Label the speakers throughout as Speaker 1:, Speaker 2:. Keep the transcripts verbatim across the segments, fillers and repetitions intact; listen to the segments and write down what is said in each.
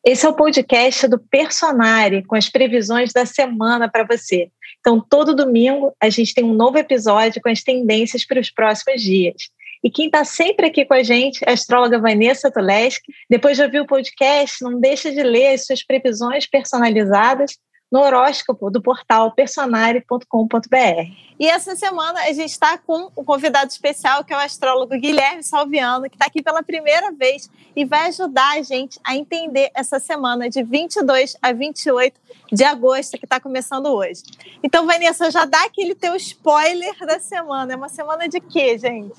Speaker 1: Esse é o podcast do Personare, com as previsões da semana para você. Então, todo domingo, a gente tem um novo episódio com as tendências para os próximos dias. E quem está sempre aqui com a gente é a astróloga Vanessa Tuleski. Depois de ouvir o podcast, não deixa de ler as suas previsões personalizadas no horóscopo do portal personare ponto com ponto b r.
Speaker 2: E essa semana a gente está com um convidado especial, que é o astrólogo Guilherme Salviano, que está aqui pela primeira vez e vai ajudar a gente a entender essa semana de vinte e dois a vinte e oito de agosto, que está começando hoje. Então, Vanessa, já dá aquele teu spoiler da semana. É uma semana de quê, gente?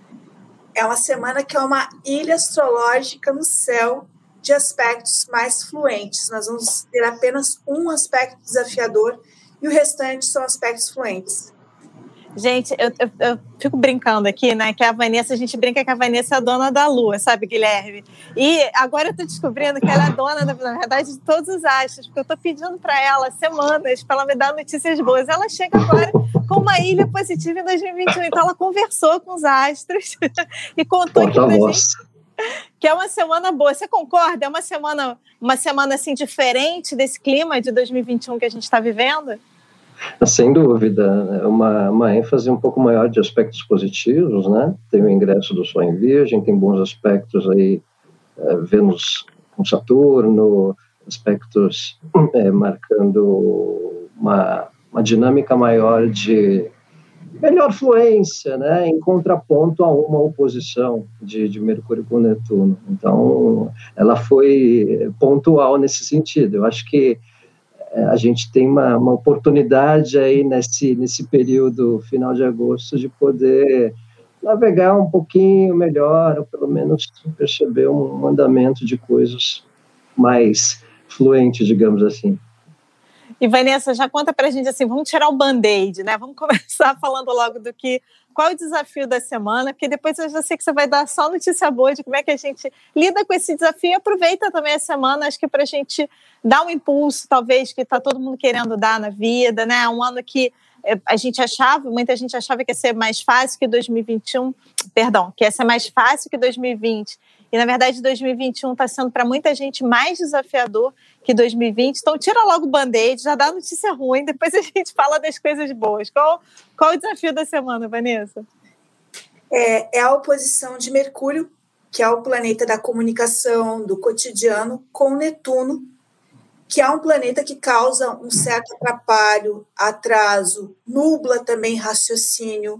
Speaker 3: É uma semana que é uma ilha astrológica no céu de aspectos mais fluentes. Nós vamos ter apenas um aspecto desafiador e o restante são aspectos fluentes.
Speaker 2: Gente, eu, eu, eu fico brincando aqui, né, que a Vanessa, a gente brinca que a Vanessa é a dona da lua, sabe, Guilherme? E agora eu tô descobrindo que ela é dona, na verdade, de todos os astros, porque eu tô pedindo para ela semanas para ela me dar notícias boas. Ela chega agora com uma ilha positiva em dois mil e vinte e um, então ela conversou com os astros e contou aqui pra gente que é uma semana boa. Você concorda? É uma semana, uma semana assim, diferente desse clima de dois mil e vinte e um que a gente está vivendo?
Speaker 4: Sem dúvida, uma, uma ênfase um pouco maior de aspectos positivos, né? Tem o ingresso do Sol em Virgem, tem bons aspectos aí, é, Vênus com Saturno, aspectos é, marcando uma, uma dinâmica maior de melhor fluência, né? Em contraponto a uma oposição de, de Mercúrio com Netuno. Então, ela foi pontual nesse sentido. Eu acho que a gente tem uma, uma oportunidade aí nesse, nesse período final de agosto de poder navegar um pouquinho melhor, ou pelo menos perceber um andamento de coisas mais fluente, digamos assim.
Speaker 2: E Vanessa, já conta pra gente assim, vamos tirar o band-aid, né? Vamos começar falando logo do que, qual é o desafio da semana, porque depois eu já sei que você vai dar só notícia boa de como é que a gente lida com esse desafio e aproveita também a semana, acho que pra gente dar um impulso, talvez, que tá todo mundo querendo dar na vida, né? Um ano que a gente achava, muita gente achava que ia ser mais fácil que dois mil e vinte e um, perdão, que ia ser mais fácil que dois mil e vinte, e na verdade dois mil e vinte e um está sendo para muita gente mais desafiador que dois mil e vinte, então tira logo o band-aid, já dá notícia ruim, depois a gente fala das coisas boas. Qual, qual o desafio da semana, Vanessa?
Speaker 3: É, é a oposição de Mercúrio, que é o planeta da comunicação, do cotidiano, com Netuno, que é um planeta que causa um certo atrapalho, atraso, nubla também raciocínio.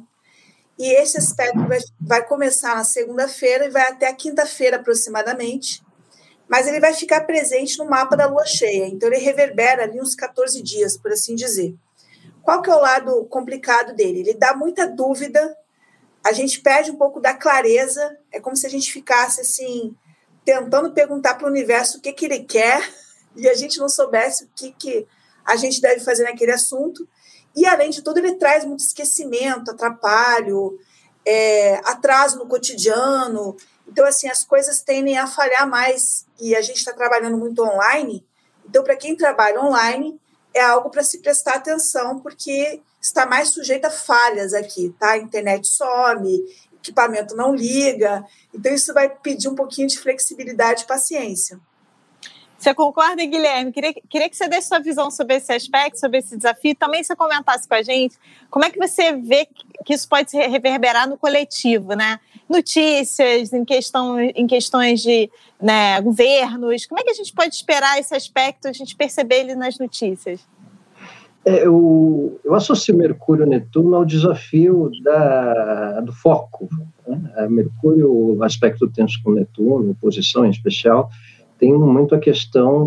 Speaker 3: E esse aspecto vai, vai começar na segunda-feira e vai até a quinta-feira aproximadamente, mas ele vai ficar presente no mapa da lua cheia, então ele reverbera ali uns catorze dias, por assim dizer. Qual que é o lado complicado dele? Ele dá muita dúvida, a gente perde um pouco da clareza, é como se a gente ficasse assim, tentando perguntar para o universo o que, que ele quer, e a gente não soubesse o que, que a gente deve fazer naquele assunto. E, além de tudo, ele traz muito esquecimento, atrapalho, é, atraso no cotidiano. Então, assim, as coisas tendem a falhar mais. E a gente está trabalhando muito online. Então, para quem trabalha online, é algo para se prestar atenção, porque está mais sujeito a falhas aqui, tá? A internet some, equipamento não liga. Então, isso vai pedir um pouquinho de flexibilidade e paciência.
Speaker 2: Você concorda, Guilherme? Queria, queria que você desse sua visão sobre esse aspecto, sobre esse desafio. Também você comentasse com a gente como é que você vê que isso pode se reverberar no coletivo, né? Notícias, em, questão, em questões de, né, governos. Como é que a gente pode esperar esse aspecto, a gente perceber ele nas notícias?
Speaker 4: É, eu, eu associo Mercúrio e Netuno ao desafio da, do foco. Né? Mercúrio, o aspecto tenso com Netuno, oposição em especial, tem muito a questão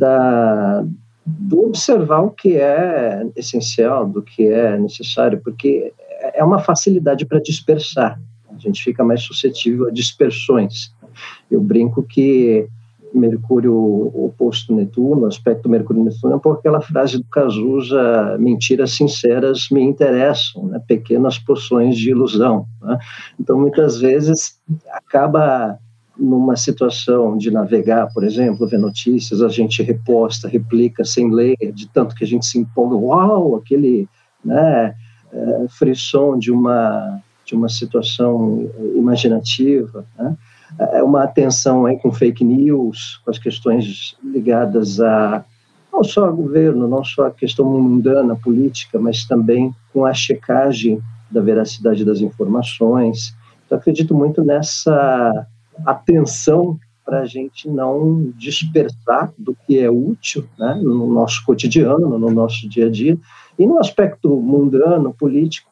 Speaker 4: da, do observar o que é essencial, do que é necessário, porque é uma facilidade para dispersar. A gente fica mais suscetível a dispersões. Eu brinco que Mercúrio oposto Netuno, aspecto Mercúrio-Netuno, é por aquela frase do Cazuza, mentiras sinceras me interessam, né? Pequenas porções de ilusão. Né? Então, muitas vezes, acaba numa situação de navegar, por exemplo, ver notícias, a gente reposta, replica sem ler, de tanto que a gente se empolga, uau, aquele, né, é, frisson de uma, de uma situação imaginativa, né? é, uma atenção aí com fake news, com as questões ligadas a não só ao governo, não só a questão mundana, política, mas também com a checagem da veracidade das informações. Então, acredito muito nessa atenção para a gente não dispersar do que é útil, né, no nosso cotidiano, no nosso dia a dia, e no aspecto mundano, político,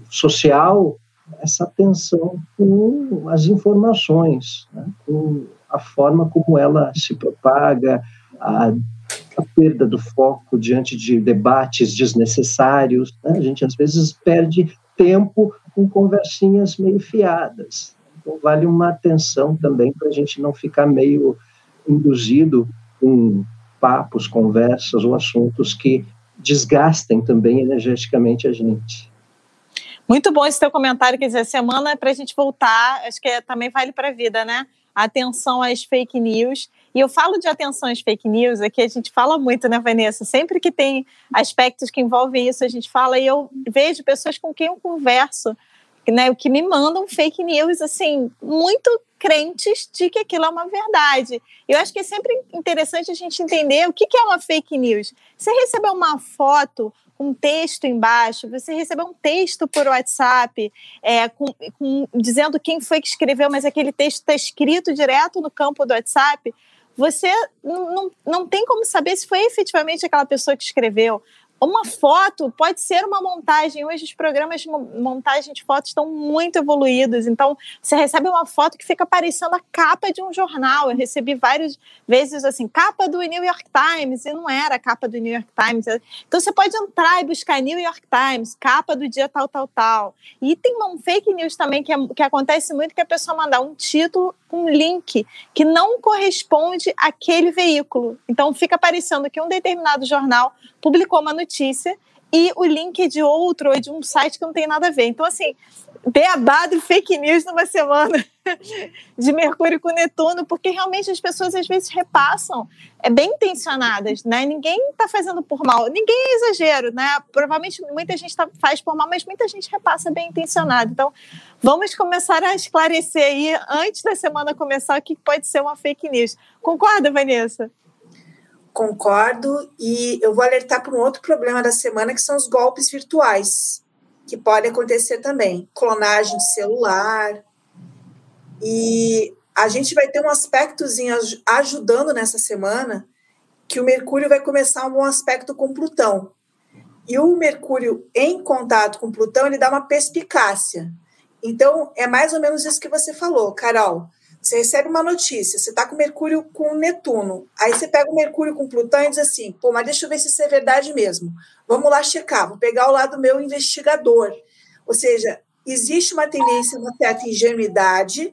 Speaker 4: social, essa atenção com as informações, né, com a forma como ela se propaga, a, a perda do foco diante de debates desnecessários, né, a gente às vezes perde tempo com conversinhas meio fiadas. Então, vale uma atenção também para a gente não ficar meio induzido com papos, conversas ou assuntos que desgastem também energeticamente a gente.
Speaker 2: Muito bom esse teu comentário, quer dizer, semana é para a gente voltar, acho que é, também vale para a vida, né? Atenção às fake news. E eu falo de atenção às fake news, aqui a gente fala muito, né, Vanessa? Sempre que tem aspectos que envolvem isso, a gente fala, e eu vejo pessoas com quem eu converso, né, que me mandam fake news, assim, muito crentes de que aquilo é uma verdade. Eu acho que é sempre interessante a gente entender o que é uma fake news. Você recebeu uma foto, um texto embaixo, você recebeu um texto por WhatsApp, é, com, com, dizendo quem foi que escreveu, mas aquele texto está escrito direto no campo do WhatsApp, você não, não, não tem como saber se foi efetivamente aquela pessoa que escreveu. Uma foto pode ser uma montagem. Hoje os programas de montagem de fotos estão muito evoluídos. Então, você recebe uma foto que fica parecendo a capa de um jornal. Eu recebi várias vezes assim, capa do New York Times, e não era a capa do New York Times. Então, você pode entrar e buscar New York Times, capa do dia tal, tal, tal. E tem um fake news também que, é, que acontece muito, que a pessoa mandar um título, um link, que não corresponde àquele veículo. Então, fica parecendo que um determinado jornal publicou uma notícia e o link é de outro ou é de um site que não tem nada a ver. Então, assim, beabá do fake news numa semana de Mercúrio com Netuno, porque realmente as pessoas às vezes repassam, é bem intencionadas, né? Ninguém está fazendo por mal, ninguém é exagero, né? Provavelmente muita gente tá, faz por mal, mas muita gente repassa bem intencionado. Então, vamos começar a esclarecer aí, antes da semana começar, o que pode ser uma fake news. Concorda, Vanessa?
Speaker 3: Concordo, e eu vou alertar para um outro problema da semana, que são os golpes virtuais, que podem acontecer também, clonagem de celular, e a gente vai ter um aspectozinho ajudando nessa semana, que o Mercúrio vai começar um bom aspecto com Plutão, e o Mercúrio em contato com Plutão, ele dá uma perspicácia, então é mais ou menos isso que você falou, Carol. Você recebe uma notícia, você está com Mercúrio com Netuno, aí você pega o Mercúrio com Plutão e diz assim, pô, mas deixa eu ver se isso é verdade mesmo. Vamos lá checar, vou pegar o lado meu investigador. Ou seja, existe uma tendência, uma certa ingenuidade,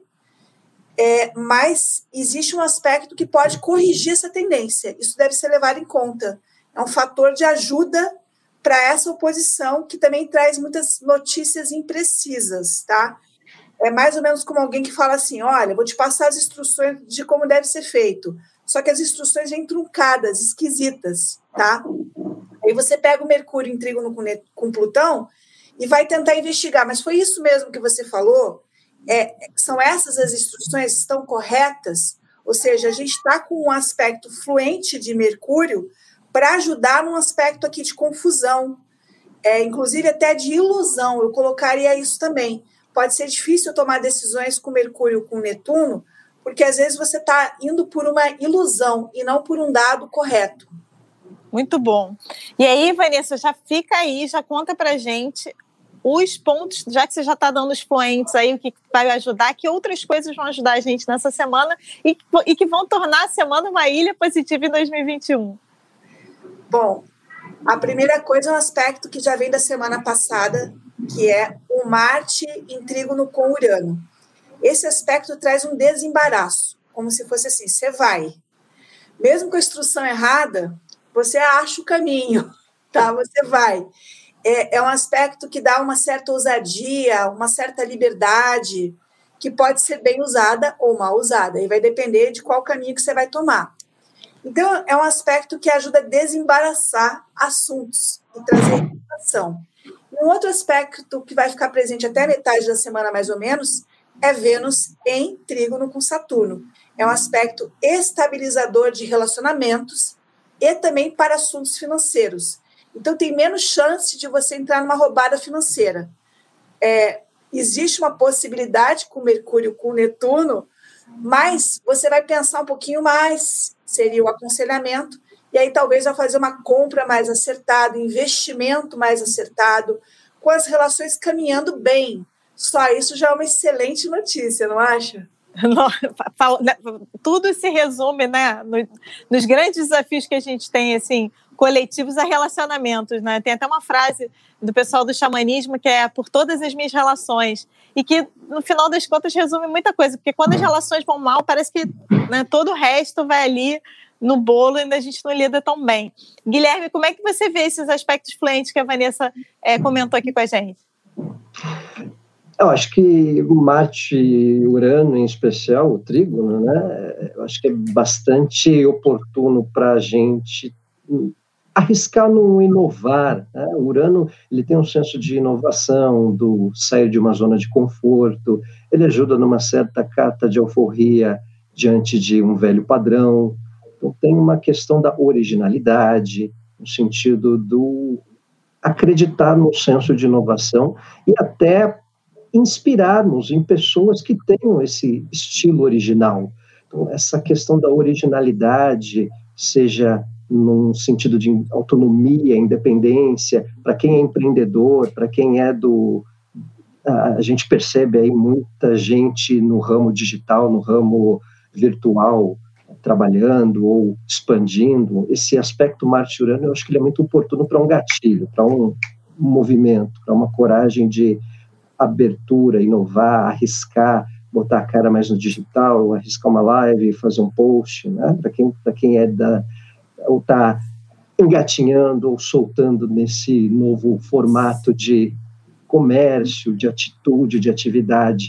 Speaker 3: é, mas existe um aspecto que pode corrigir essa tendência. Isso deve ser levado em conta. É um fator de ajuda para essa oposição, que também traz muitas notícias imprecisas, tá? É mais ou menos como alguém que fala assim, olha, vou te passar as instruções de como deve ser feito. Só que as instruções vêm truncadas, esquisitas, tá? Aí você pega o Mercúrio em trígono com, com Plutão e vai tentar investigar. Mas foi isso mesmo que você falou? É, são essas as instruções? Estão corretas? Ou seja, a gente está com um aspecto fluente de Mercúrio para ajudar num aspecto aqui de confusão. É, inclusive até de ilusão. Eu colocaria isso também. Pode ser difícil tomar decisões com Mercúrio, com Netuno, porque às vezes você está indo por uma ilusão e não por um dado correto.
Speaker 2: Muito bom. E aí, Vanessa, já fica aí, já conta pra gente os pontos, já que você já está dando os fluentes aí, o que vai ajudar, que outras coisas vão ajudar a gente nessa semana e, e que vão tornar a semana uma ilha positiva em dois mil e vinte e um.
Speaker 3: Bom, a primeira coisa é um aspecto que já vem da semana passada, que é o Marte em trígono com Urano. Esse aspecto traz um desembaraço, como se fosse assim, você vai. Mesmo com a instrução errada, você acha o caminho, tá? Você vai. É, é um aspecto que dá uma certa ousadia, uma certa liberdade, que pode ser bem usada ou mal usada, e vai depender de qual caminho que você vai tomar. Então, é um aspecto que ajuda a desembaraçar assuntos e trazer informação. Um outro aspecto que vai ficar presente até a metade da semana, mais ou menos, é Vênus em trígono com Saturno. É um aspecto estabilizador de relacionamentos e também para assuntos financeiros. Então, tem menos chance de você entrar numa roubada financeira. É, existe uma possibilidade com Mercúrio, com Netuno, mas você vai pensar um pouquinho mais, seria o aconselhamento, e aí talvez vai fazer uma compra mais acertada, investimento mais acertado, com as relações caminhando bem. Só isso já é uma excelente notícia, não acha?
Speaker 2: Tudo se resume, né, nos grandes desafios que a gente tem, assim, coletivos a relacionamentos, né? Tem até uma frase do pessoal do xamanismo que é por todas as minhas relações, e que no final das contas resume muita coisa, porque quando as relações vão mal, parece que, né, todo o resto vai ali no bolo e ainda a gente não lida tão bem. Guilherme, como é que você vê esses aspectos fluentes que a Vanessa é, comentou aqui com a gente?
Speaker 4: Eu acho que Marte e Urano, em especial, o trígono, né? Eu acho que é bastante oportuno para a gente arriscar no inovar, né? O Urano, ele tem um senso de inovação, do sair de uma zona de conforto, ele ajuda numa certa carta de alforria diante de um velho padrão. Então tem uma questão da originalidade, no sentido do acreditar no senso de inovação e até inspirarmos em pessoas que tenham esse estilo original. Então, essa questão da originalidade, seja num sentido de autonomia, independência, para quem é empreendedor, para quem é do... A gente percebe aí muita gente no ramo digital, no ramo virtual, trabalhando ou expandindo. Esse aspecto Marte-Urano, eu acho que ele é muito oportuno para um gatilho, para um movimento, para uma coragem de abertura, inovar, arriscar, botar a cara mais no digital, arriscar uma live, fazer um post, né? Para quem, para quem é da... ou está engatinhando ou soltando nesse novo formato de comércio, de atitude, de atividade.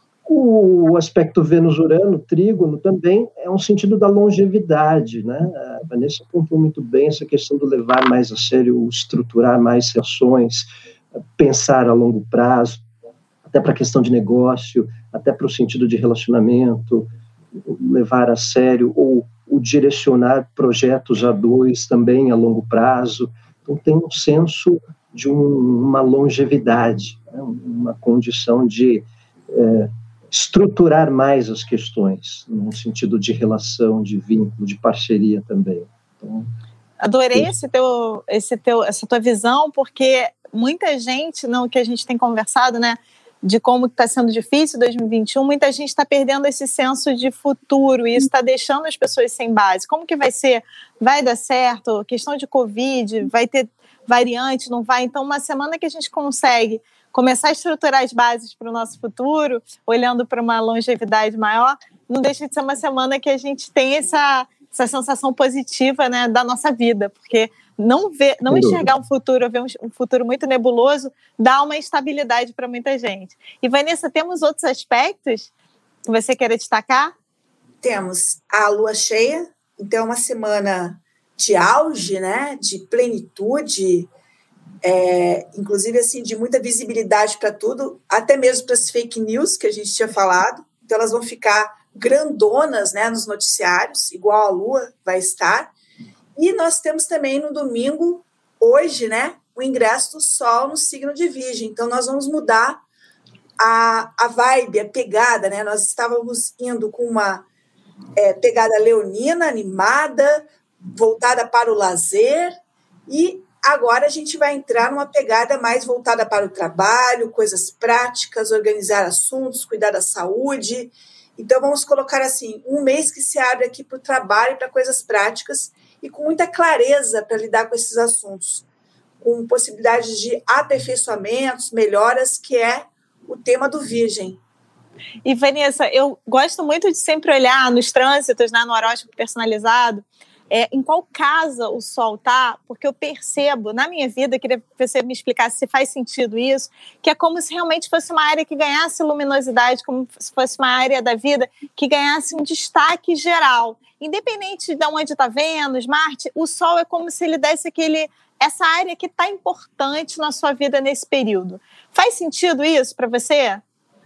Speaker 4: O aspecto Vênus-Urano, trígono, também é um sentido da longevidade, né? A Vanessa apontou muito bem essa questão do levar mais a sério, estruturar mais ações, pensar a longo prazo, até para a questão de negócio, até para o sentido de relacionamento, levar a sério ou, ou direcionar projetos a dois também a longo prazo. Então tem um senso de um, uma longevidade, né? Uma condição de é, estruturar mais as questões, no sentido de relação, de vínculo, de parceria também. Então,
Speaker 2: adorei esse teu, esse teu, essa tua visão, porque muita gente, não, que a gente tem conversado, né, de como está sendo difícil dois mil e vinte e um, muita gente está perdendo esse senso de futuro e isso está deixando as pessoas sem base. Como que vai ser? Vai dar certo? Questão de Covid, vai ter variante, não vai? Então, uma semana que a gente consegue começar a estruturar as bases para o nosso futuro, olhando para uma longevidade maior, não deixa de ser uma semana que a gente tem essa, essa sensação positiva, né, da nossa vida, porque não, ver, não enxergar um futuro, ver um, um futuro muito nebuloso, dá uma estabilidade para muita gente. E, Vanessa, temos outros aspectos que você quer destacar?
Speaker 3: Temos a lua cheia, então é uma semana de auge, né, de plenitude, é, inclusive assim, de muita visibilidade para tudo, até mesmo para as fake news que a gente tinha falado. Então elas vão ficar grandonas, né, nos noticiários, igual a lua vai estar. E nós temos também no domingo, hoje, né, o ingresso do Sol no signo de Virgem. Então nós vamos mudar a, a vibe, a pegada, né? Nós estávamos indo com uma é, pegada leonina, animada, voltada para o lazer, e agora a gente vai entrar numa pegada mais voltada para o trabalho, coisas práticas, organizar assuntos, cuidar da saúde. Então vamos colocar assim, um mês que se abre aqui para o trabalho, para coisas práticas, e com muita clareza para lidar com esses assuntos, com possibilidades de aperfeiçoamentos, melhoras, que é o tema do Virgem.
Speaker 2: E, Vanessa, eu gosto muito de sempre olhar nos trânsitos, né, no horóscopo personalizado, é, em qual casa o Sol está, porque eu percebo, na minha vida, queria que você me explicasse se faz sentido isso, que é como se realmente fosse uma área que ganhasse luminosidade, como se fosse uma área da vida que ganhasse um destaque geral. Independente de onde está Vênus, Marte, o Sol é como se ele desse aquele, essa área que está importante na sua vida nesse período. Faz sentido isso para você?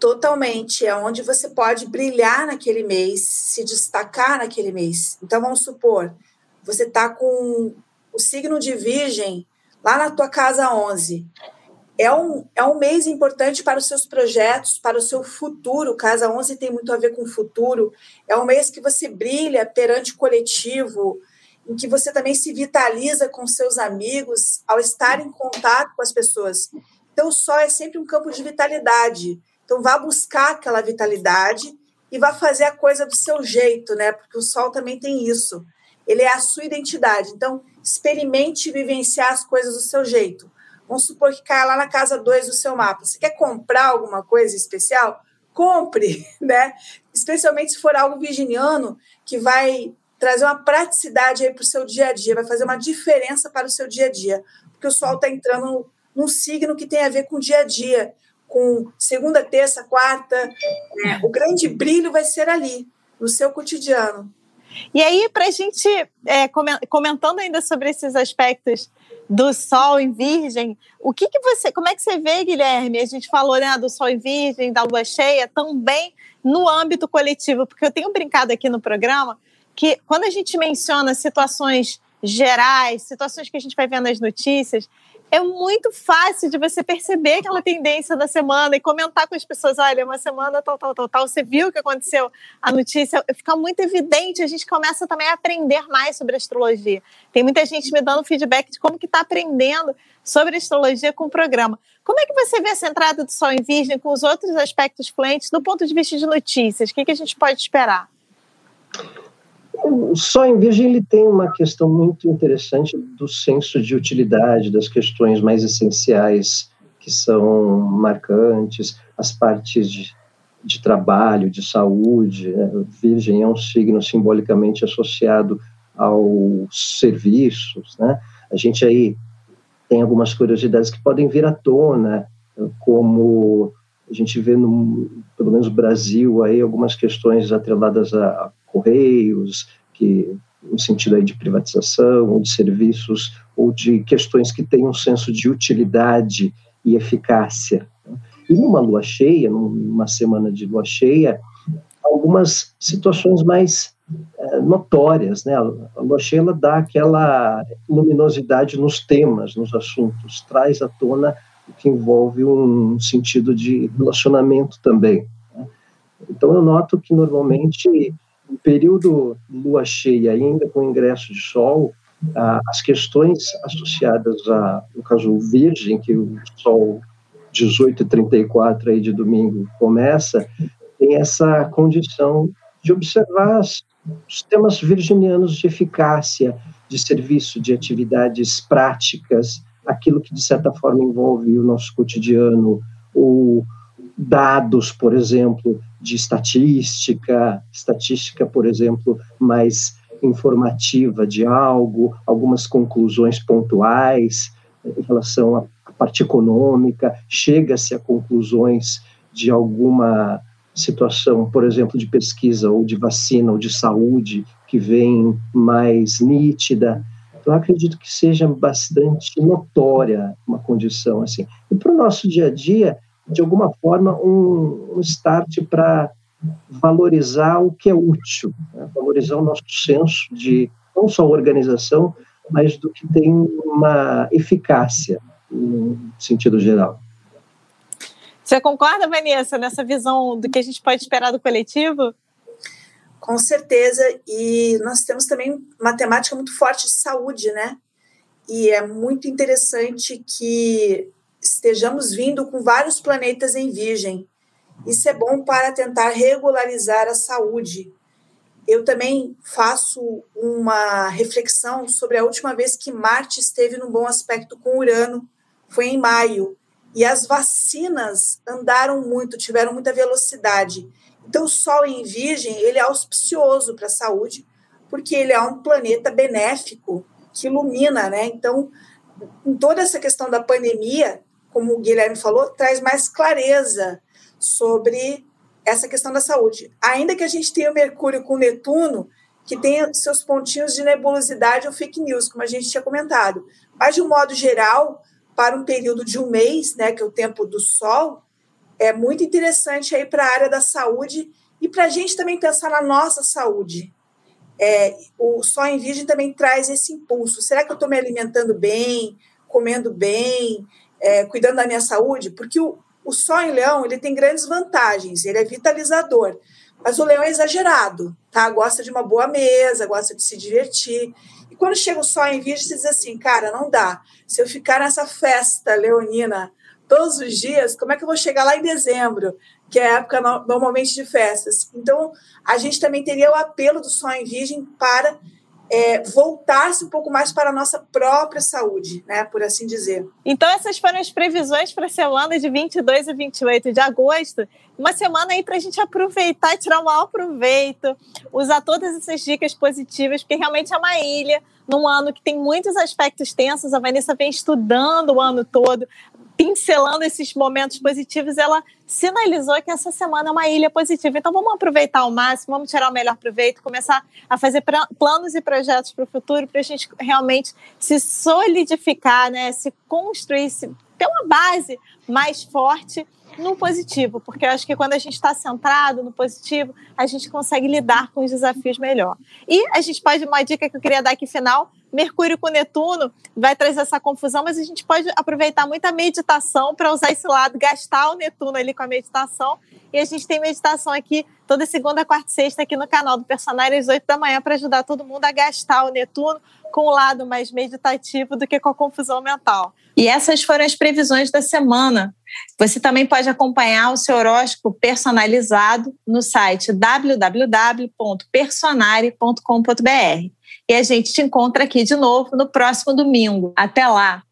Speaker 3: Totalmente, é onde você pode brilhar naquele mês, se destacar naquele mês. Então, vamos supor, você está com o signo de Virgem lá na tua casa onze. É um, é um mês importante para os seus projetos, para o seu futuro. Casa onze tem muito a ver com o futuro. É um mês que você brilha perante o coletivo, em que você também se vitaliza com seus amigos ao estar em contato com as pessoas. Então, o sol é sempre um campo de vitalidade. Então, vá buscar aquela vitalidade e vá fazer a coisa do seu jeito, né? Porque o sol também tem isso. Ele é a sua identidade. Então, experimente vivenciar as coisas do seu jeito. Vamos supor que caia lá na casa dois do seu mapa. Você quer comprar alguma coisa especial? Compre, né? Especialmente se for algo virginiano, que vai trazer uma praticidade aí para o seu dia a dia, vai fazer uma diferença para o seu dia a dia. Porque o sol está entrando num signo que tem a ver com o dia a dia, com segunda, terça, quarta, né? O grande brilho vai ser ali, no seu cotidiano.
Speaker 2: E aí, para a gente, é, comentando ainda sobre esses aspectos do Sol em Virgem, o que, que você, como é que você vê, Guilherme? A gente falou, né, do Sol em Virgem, da Lua cheia, também no âmbito coletivo, porque eu tenho brincado aqui no programa que quando a gente menciona situações gerais, situações que a gente vai ver nas notícias, é muito fácil de você perceber aquela tendência da semana e comentar com as pessoas, olha, uma semana tal, tal, tal, tal, você viu o que aconteceu? A notícia fica muito evidente, a gente começa também a aprender mais sobre astrologia. Tem muita gente me dando feedback de como que está aprendendo sobre astrologia com o programa. Como é que você vê essa entrada do Sol em Virgem com os outros aspectos fluentes do ponto de vista de notícias? O que, que a gente pode esperar?
Speaker 4: O Sol em Virgem ele tem uma questão muito interessante do senso de utilidade, das questões mais essenciais que são marcantes, as partes de, de trabalho, de saúde. Né? Virgem é um signo simbolicamente associado aos serviços. Né? A gente aí tem algumas curiosidades que podem vir à tona, como a gente vê, no, pelo menos no Brasil, aí, algumas questões atreladas a Correios, que, no sentido aí de privatização, ou de serviços, ou de questões que têm um senso de utilidade e eficácia. E numa lua cheia, numa semana de lua cheia, algumas situações mais é, notórias, né? A lua cheia ela dá aquela luminosidade nos temas, nos assuntos, traz à tona o que envolve um sentido de relacionamento também. Né? Então eu noto que normalmente no período lua cheia, ainda com ingresso de sol, ah, as questões associadas a, no caso, o Virgem, que o sol dezoito e trinta e quatro aí de domingo começa, tem essa condição de observar os temas virginianos de eficácia, de serviço, de atividades práticas, aquilo que, de certa forma, envolve o nosso cotidiano, ou dados, por exemplo, de estatística, estatística, por exemplo, mais informativa de algo, algumas conclusões pontuais em relação à parte econômica, chega-se a conclusões de alguma situação, por exemplo, de pesquisa ou de vacina ou de saúde que vem mais nítida. Então, eu acredito que seja bastante notória uma condição assim. E para o nosso dia a dia, de alguma forma, um, um start para valorizar o que é útil, né? Valorizar o nosso senso de, não só organização, mas do que tem uma eficácia, no sentido geral.
Speaker 2: Você concorda, Vanessa, nessa visão do que a gente pode esperar do coletivo?
Speaker 3: Com certeza, e nós temos também uma temática muito forte de saúde, né? E é muito interessante que estejamos vindo com vários planetas em Virgem. Isso é bom para tentar regularizar a saúde. Eu também faço uma reflexão sobre a última vez que Marte esteve num bom aspecto com Urano, foi em maio, e as vacinas andaram muito, tiveram muita velocidade. Então, o Sol em Virgem, ele é auspicioso para a saúde, porque ele é um planeta benéfico que ilumina, né? Então, em toda essa questão da pandemia, como o Guilherme falou, traz mais clareza sobre essa questão da saúde. Ainda que a gente tenha o Mercúrio com Netuno, que tem seus pontinhos de nebulosidade ou fake news, como a gente tinha comentado. Mas, de um modo geral, para um período de um mês, né, que é o tempo do Sol, é muito interessante aí para a área da saúde e para a gente também pensar na nossa saúde. É, o Sol em Virgem também traz esse impulso. Será que eu estou me alimentando bem, comendo bem, é, cuidando da minha saúde? Porque o, o Sol em Leão, ele tem grandes vantagens, ele é vitalizador, mas o Leão é exagerado, tá? Gosta de uma boa mesa, gosta de se divertir. E quando chega o Sol em Virgem, você diz assim, cara, não dá. Se eu ficar nessa festa leonina todos os dias, como é que eu vou chegar lá em dezembro, que é a época no, normalmente de festas? Então, a gente também teria o apelo do Sol em Virgem para é, voltar-se um pouco mais para a nossa própria saúde, né, por assim dizer.
Speaker 2: Então, essas foram as previsões para a semana de vinte e dois a vinte e oito de agosto. Uma semana aí para a gente aproveitar e tirar o maior proveito, usar todas essas dicas positivas, porque realmente é uma ilha, num ano que tem muitos aspectos tensos. A Vanessa vem estudando o ano todo, pincelando esses momentos positivos, ela sinalizou que essa semana é uma ilha positiva. Então, vamos aproveitar ao máximo, vamos tirar o melhor proveito, começar a fazer planos e projetos para o futuro, para a gente realmente se solidificar, né? Se construir, se ter uma base mais forte no positivo, porque eu acho que quando a gente está centrado no positivo, a gente consegue lidar com os desafios melhor. E a gente pode, uma dica que eu queria dar aqui final, Mercúrio com Netuno vai trazer essa confusão, mas a gente pode aproveitar muito a meditação para usar esse lado, gastar o Netuno ali com a meditação. E a gente tem meditação aqui toda segunda, quarta e sexta aqui no canal do Personário às oito da manhã para ajudar todo mundo a gastar o Netuno com o lado mais meditativo do que com a confusão mental.
Speaker 1: E essas foram as previsões da semana. Você também pode acompanhar o seu horóscopo personalizado no site w w w ponto personare ponto com ponto b r. E a gente te encontra aqui de novo no próximo domingo. Até lá!